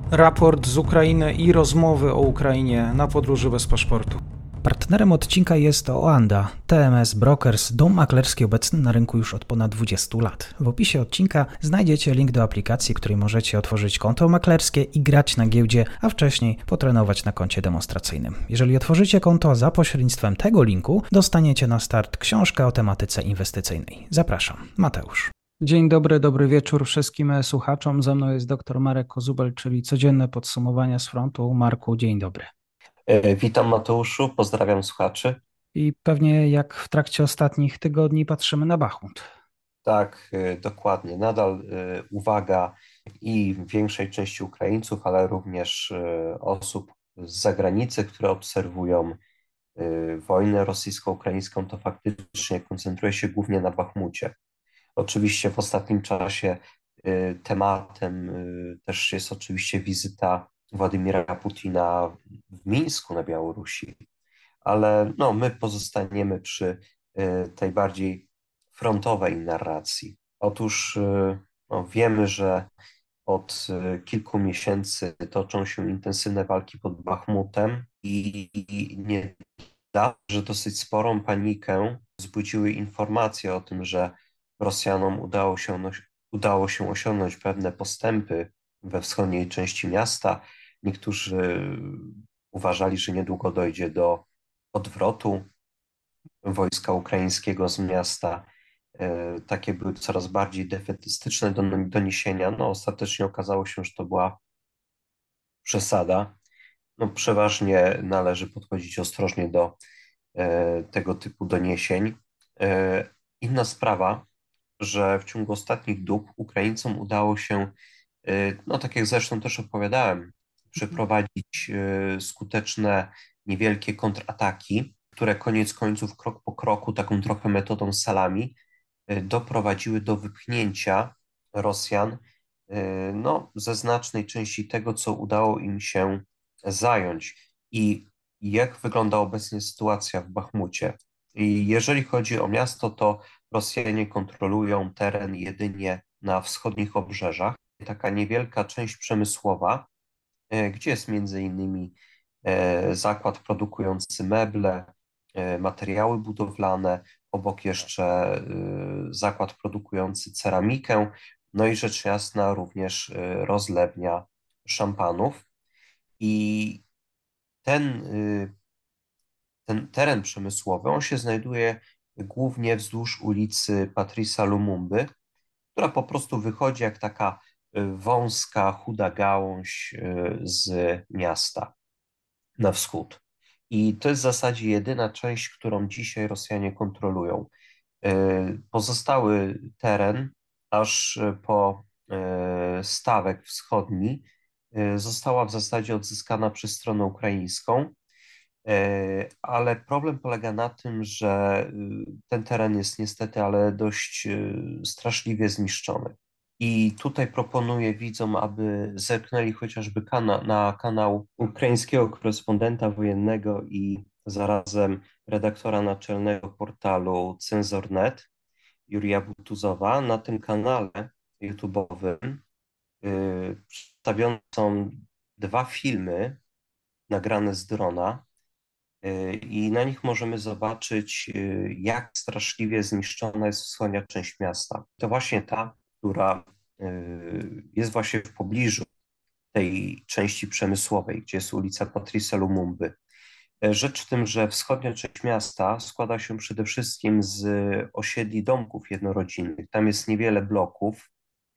raport z Ukrainy i rozmowy o Ukrainie na podróży bez paszportu. Partnerem odcinka jest Oanda, TMS Brokers, dom maklerski obecny na rynku już od ponad 20 lat. W opisie odcinka znajdziecie link do aplikacji, której możecie otworzyć konto maklerskie i grać na giełdzie, a wcześniej potrenować na koncie demonstracyjnym. Jeżeli otworzycie konto za pośrednictwem tego linku, dostaniecie na start książkę o tematyce inwestycyjnej. Zapraszam, Mateusz. Dzień dobry, dobry wieczór wszystkim słuchaczom. Ze mną jest dr Marek Kozubel, czyli codzienne podsumowania z frontu. Marku, dzień dobry. Witam Mateuszu, pozdrawiam słuchaczy. I pewnie jak w trakcie ostatnich tygodni patrzymy na Bachmut. Tak, dokładnie. Nadal uwaga i większej części Ukraińców, ale również osób z zagranicy, które obserwują wojnę rosyjsko-ukraińską, to faktycznie koncentruje się głównie na Bachmucie. Oczywiście w ostatnim czasie tematem też jest oczywiście wizyta Władimira Putina w Mińsku na Białorusi, ale no, my pozostaniemy przy tej bardziej frontowej narracji. Otóż no, wiemy, że od kilku miesięcy toczą się intensywne walki pod Bachmutem i nie da, że dosyć sporą panikę wzbudziły informacje o tym, że Rosjanom udało się osiągnąć pewne postępy we wschodniej części miasta. Niektórzy uważali, że niedługo dojdzie do odwrotu wojska ukraińskiego z miasta. Takie były coraz bardziej defetystyczne doniesienia. No, ostatecznie okazało się, że to była przesada. No, przeważnie należy podchodzić ostrożnie do tego typu doniesień. Inna sprawa, że w ciągu ostatnich dób Ukraińcom udało się, no tak jak zresztą też opowiadałem, przeprowadzić skuteczne, niewielkie kontrataki, które koniec końców, krok po kroku, taką trochę metodą salami, doprowadziły do wypchnięcia Rosjan no, ze znacznej części tego, co udało im się zająć. I jak wygląda obecnie sytuacja w Bachmucie? I jeżeli chodzi o miasto, to Rosjanie kontrolują teren jedynie na wschodnich obrzeżach. Taka niewielka część przemysłowa, gdzie jest między innymi zakład produkujący meble, materiały budowlane, obok jeszcze zakład produkujący ceramikę, no i rzecz jasna również rozlewnia szampanów. I ten, ten teren przemysłowy, on się znajduje głównie wzdłuż ulicy Patrisa Lumumby, która po prostu wychodzi jak taka wąska, chuda gałąź z miasta na wschód. I to jest w zasadzie jedyna część, którą dzisiaj Rosjanie kontrolują. Pozostały teren, aż po stawek wschodni, została w zasadzie odzyskana przez stronę ukraińską, ale problem polega na tym, że ten teren jest niestety, ale dość straszliwie zniszczony. I tutaj proponuję widzom, aby zerknęli chociażby na kanał ukraińskiego korespondenta wojennego i zarazem redaktora naczelnego portalu Cenzor.net, Jurija Butuzowa. Na tym kanale YouTube'owym przedstawione są dwa filmy nagrane z drona i na nich możemy zobaczyć, jak straszliwie zniszczona jest wschodnia część miasta. To właśnie ta, która jest właśnie w pobliżu tej części przemysłowej, gdzie jest ulica Patrisa Lumumby. Rzecz w tym, że wschodnia część miasta składa się przede wszystkim z osiedli domków jednorodzinnych. Tam jest niewiele bloków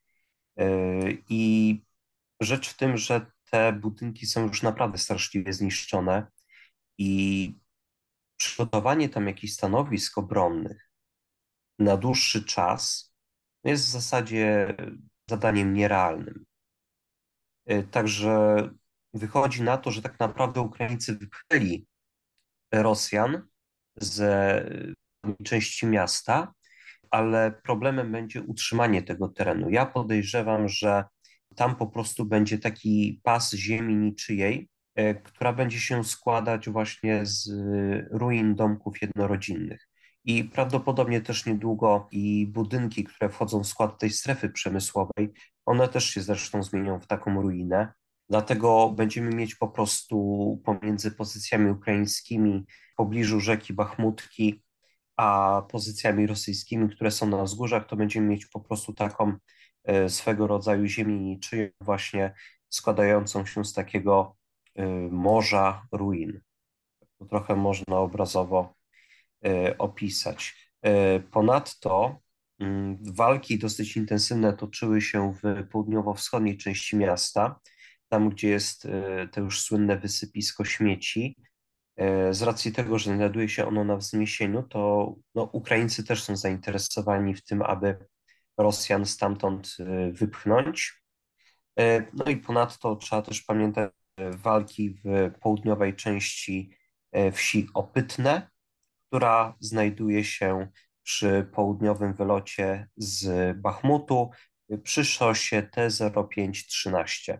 i rzecz w tym, że te budynki są już naprawdę straszliwie zniszczone i przygotowanie tam jakichś stanowisk obronnych na dłuższy czas jest w zasadzie zadaniem nierealnym. Także wychodzi na to, że tak naprawdę Ukraińcy wypchnęli Rosjan ze części miasta, ale problemem będzie utrzymanie tego terenu. Ja podejrzewam, że tam po prostu będzie taki pas ziemi niczyjej, która będzie się składać właśnie z ruin domków jednorodzinnych. I prawdopodobnie też niedługo i budynki, które wchodzą w skład tej strefy przemysłowej, one też się zresztą zmienią w taką ruinę, Dlatego będziemy mieć po prostu pomiędzy pozycjami ukraińskimi w pobliżu rzeki Bachmutki, a pozycjami rosyjskimi, które są na wzgórzach, to będziemy mieć po prostu taką swego rodzaju ziemię niczyją właśnie składającą się z takiego morza ruin. To trochę można obrazowo opisać. Ponadto walki dosyć intensywne toczyły się w południowo-wschodniej części miasta, tam gdzie jest to już słynne wysypisko śmieci. Z racji tego, że znajduje się ono na wzniesieniu, to no, Ukraińcy też są zainteresowani w tym, aby Rosjan stamtąd wypchnąć. No i ponadto trzeba też pamiętać walki w południowej części wsi Opytne, która znajduje się przy południowym wylocie z Bachmutu przy szosie T0513.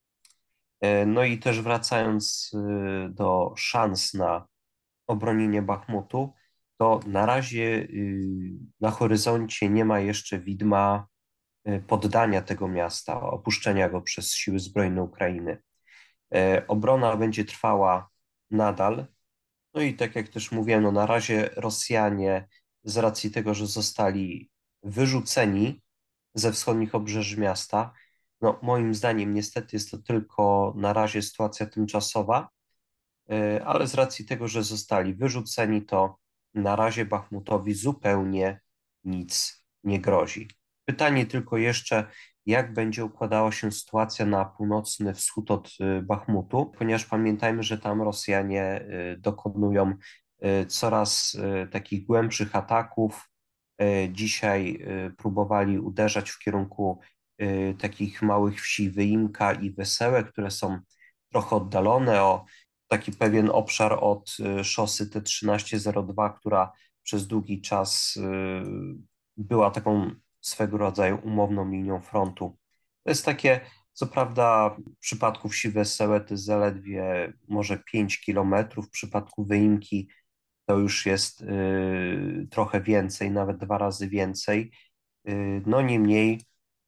No i też wracając do szans na obronienie Bachmutu, to na razie na horyzoncie nie ma jeszcze widma poddania tego miasta, opuszczenia go przez siły zbrojne Ukrainy. Obrona będzie trwała nadal. No i tak jak też mówiłem, no na razie Rosjanie z racji tego, że zostali wyrzuceni ze wschodnich obrzeży miasta, no moim zdaniem niestety jest to tylko na razie sytuacja tymczasowa, ale z racji tego, że zostali wyrzuceni, to na razie Bachmutowi zupełnie nic nie grozi. Pytanie tylko jeszcze, jak będzie układała się sytuacja na północny wschód od Bachmutu, ponieważ pamiętajmy, że tam Rosjanie dokonują coraz takich głębszych ataków. Dzisiaj próbowali uderzać w kierunku takich małych wsi Wyimka i Wesełe, które są trochę oddalone o taki pewien obszar od szosy T1302, która przez długi czas była taką swego rodzaju umowną linią frontu. To jest takie, co prawda w przypadku wsi Wesełe to jest zaledwie może 5 kilometrów, w przypadku Wyimki to już jest trochę więcej, nawet 2 razy więcej. No niemniej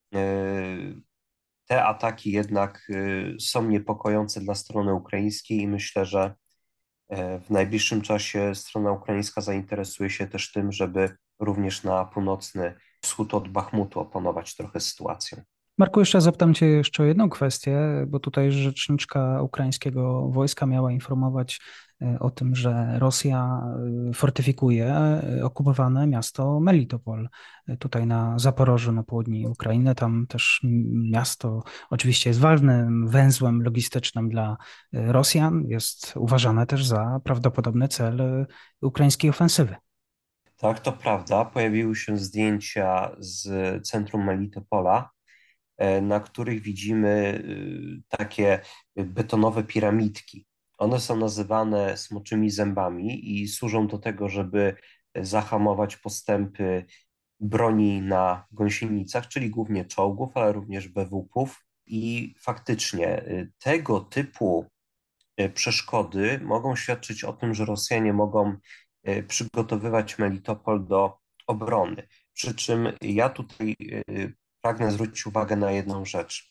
te ataki jednak są niepokojące dla strony ukraińskiej i myślę, że w najbliższym czasie strona ukraińska zainteresuje się też tym, żeby również na północny wschód od Bachmutu opanować trochę sytuację. Marku, jeszcze zapytam Cię jeszcze o jedną kwestię, bo tutaj rzeczniczka ukraińskiego wojska miała informować o tym, że Rosja fortyfikuje okupowane miasto Melitopol, tutaj na Zaporożu, na południu Ukrainy. Tam też miasto oczywiście jest ważnym węzłem logistycznym dla Rosjan, jest uważane też za prawdopodobny cel ukraińskiej ofensywy. Tak, to prawda. Pojawiły się zdjęcia z centrum Melitopola, na których widzimy takie betonowe piramidki. One są nazywane smoczymi zębami i służą do tego, żeby zahamować postępy broni na gąsienicach, czyli głównie czołgów, ale również BWP-ów. I faktycznie tego typu przeszkody mogą świadczyć o tym, że Rosjanie mogą przygotowywać Melitopol do obrony. Przy czym ja tutaj pragnę zwrócić uwagę na jedną rzecz.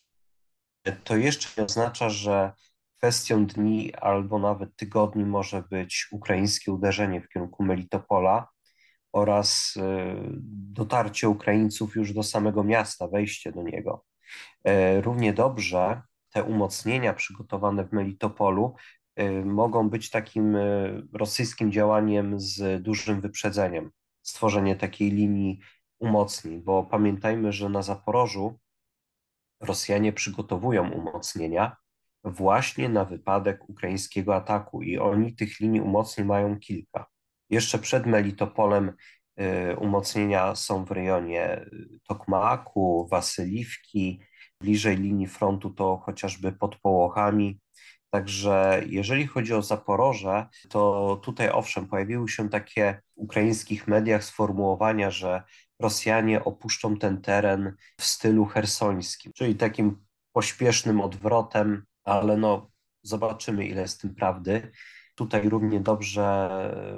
To jeszcze nie oznacza, że kwestią dni albo nawet tygodni może być ukraińskie uderzenie w kierunku Melitopola oraz dotarcie Ukraińców już do samego miasta, wejście do niego. Równie dobrze te umocnienia przygotowane w Melitopolu mogą być takim rosyjskim działaniem z dużym wyprzedzeniem, stworzenie takiej linii umocnień, bo pamiętajmy, że na Zaporożu Rosjanie przygotowują umocnienia właśnie na wypadek ukraińskiego ataku i oni tych linii umocnień mają kilka. Jeszcze przed Melitopolem umocnienia są w rejonie Tokmaku, Wasyliwki, bliżej linii frontu to chociażby pod Połochami. Także jeżeli chodzi o Zaporoże, to tutaj owszem, pojawiły się takie w ukraińskich mediach sformułowania, że Rosjanie opuszczą ten teren w stylu hersońskim, czyli takim pośpiesznym odwrotem, ale no zobaczymy, ile jest w tym prawdy. Tutaj równie dobrze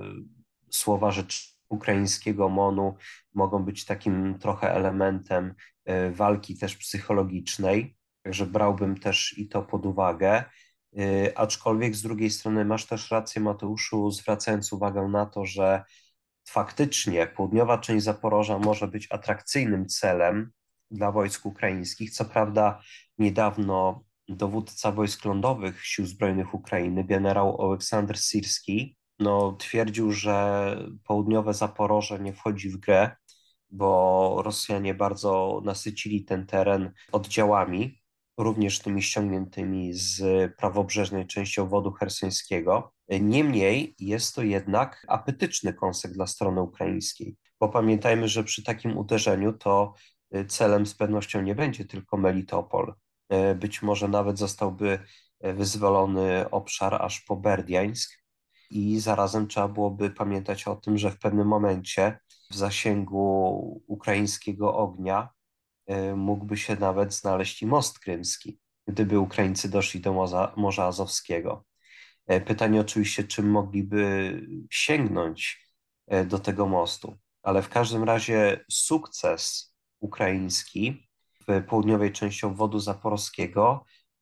słowa rzecz ukraińskiego MON-u mogą być takim trochę elementem walki też psychologicznej. Także brałbym też i to pod uwagę. Aczkolwiek z drugiej strony masz też rację, Mateuszu, zwracając uwagę na to, że faktycznie południowa część Zaporoża może być atrakcyjnym celem dla wojsk ukraińskich. Co prawda niedawno dowódca wojsk lądowych Sił Zbrojnych Ukrainy, generał Oleksander Sirski, twierdził, że południowe Zaporoże nie wchodzi w grę, bo Rosjanie bardzo nasycili ten teren oddziałami, również tymi ściągniętymi z prawobrzeżnej części obwodu chersońskiego. Niemniej jest to jednak apetyczny kąsek dla strony ukraińskiej, bo pamiętajmy, że przy takim uderzeniu to celem z pewnością nie będzie tylko Melitopol. Być może nawet zostałby wyzwolony obszar aż po Berdiańsk i zarazem trzeba byłoby pamiętać o tym, że w pewnym momencie w zasięgu ukraińskiego ognia mógłby się nawet znaleźć i most krymski, gdyby Ukraińcy doszli do Morza Azowskiego. Pytanie oczywiście, czym mogliby sięgnąć do tego mostu, ale w każdym razie sukces ukraiński w południowej części obwodu zaporowskiego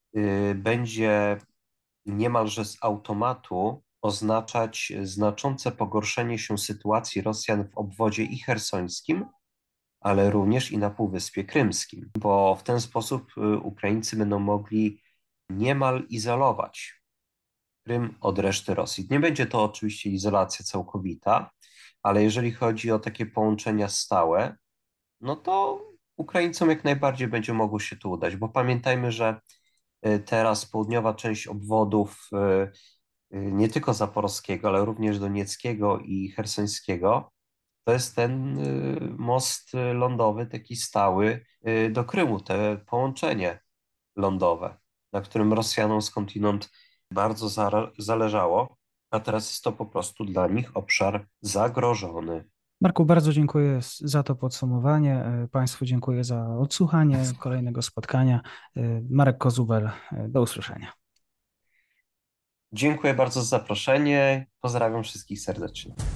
będzie niemalże z automatu oznaczać znaczące pogorszenie się sytuacji Rosjan w obwodzie i chersońskim, ale również i na Półwyspie Krymskim, bo w ten sposób Ukraińcy będą mogli niemal izolować Krym od reszty Rosji. Nie będzie to oczywiście izolacja całkowita, ale jeżeli chodzi o takie połączenia stałe, to Ukraińcom jak najbardziej będzie mogło się tu udać, bo pamiętajmy, że teraz południowa część obwodów nie tylko zaporowskiego, ale również donieckiego i chersońskiego, to jest ten most lądowy, taki stały do Krymu, te połączenie lądowe, na którym Rosjanom skądinąd bardzo zależało, a teraz jest to po prostu dla nich obszar zagrożony. Marku, bardzo dziękuję za to podsumowanie. Państwu dziękuję za odsłuchanie kolejnego spotkania. Marek Kozubel, do usłyszenia. Dziękuję bardzo za zaproszenie. Pozdrawiam wszystkich serdecznie.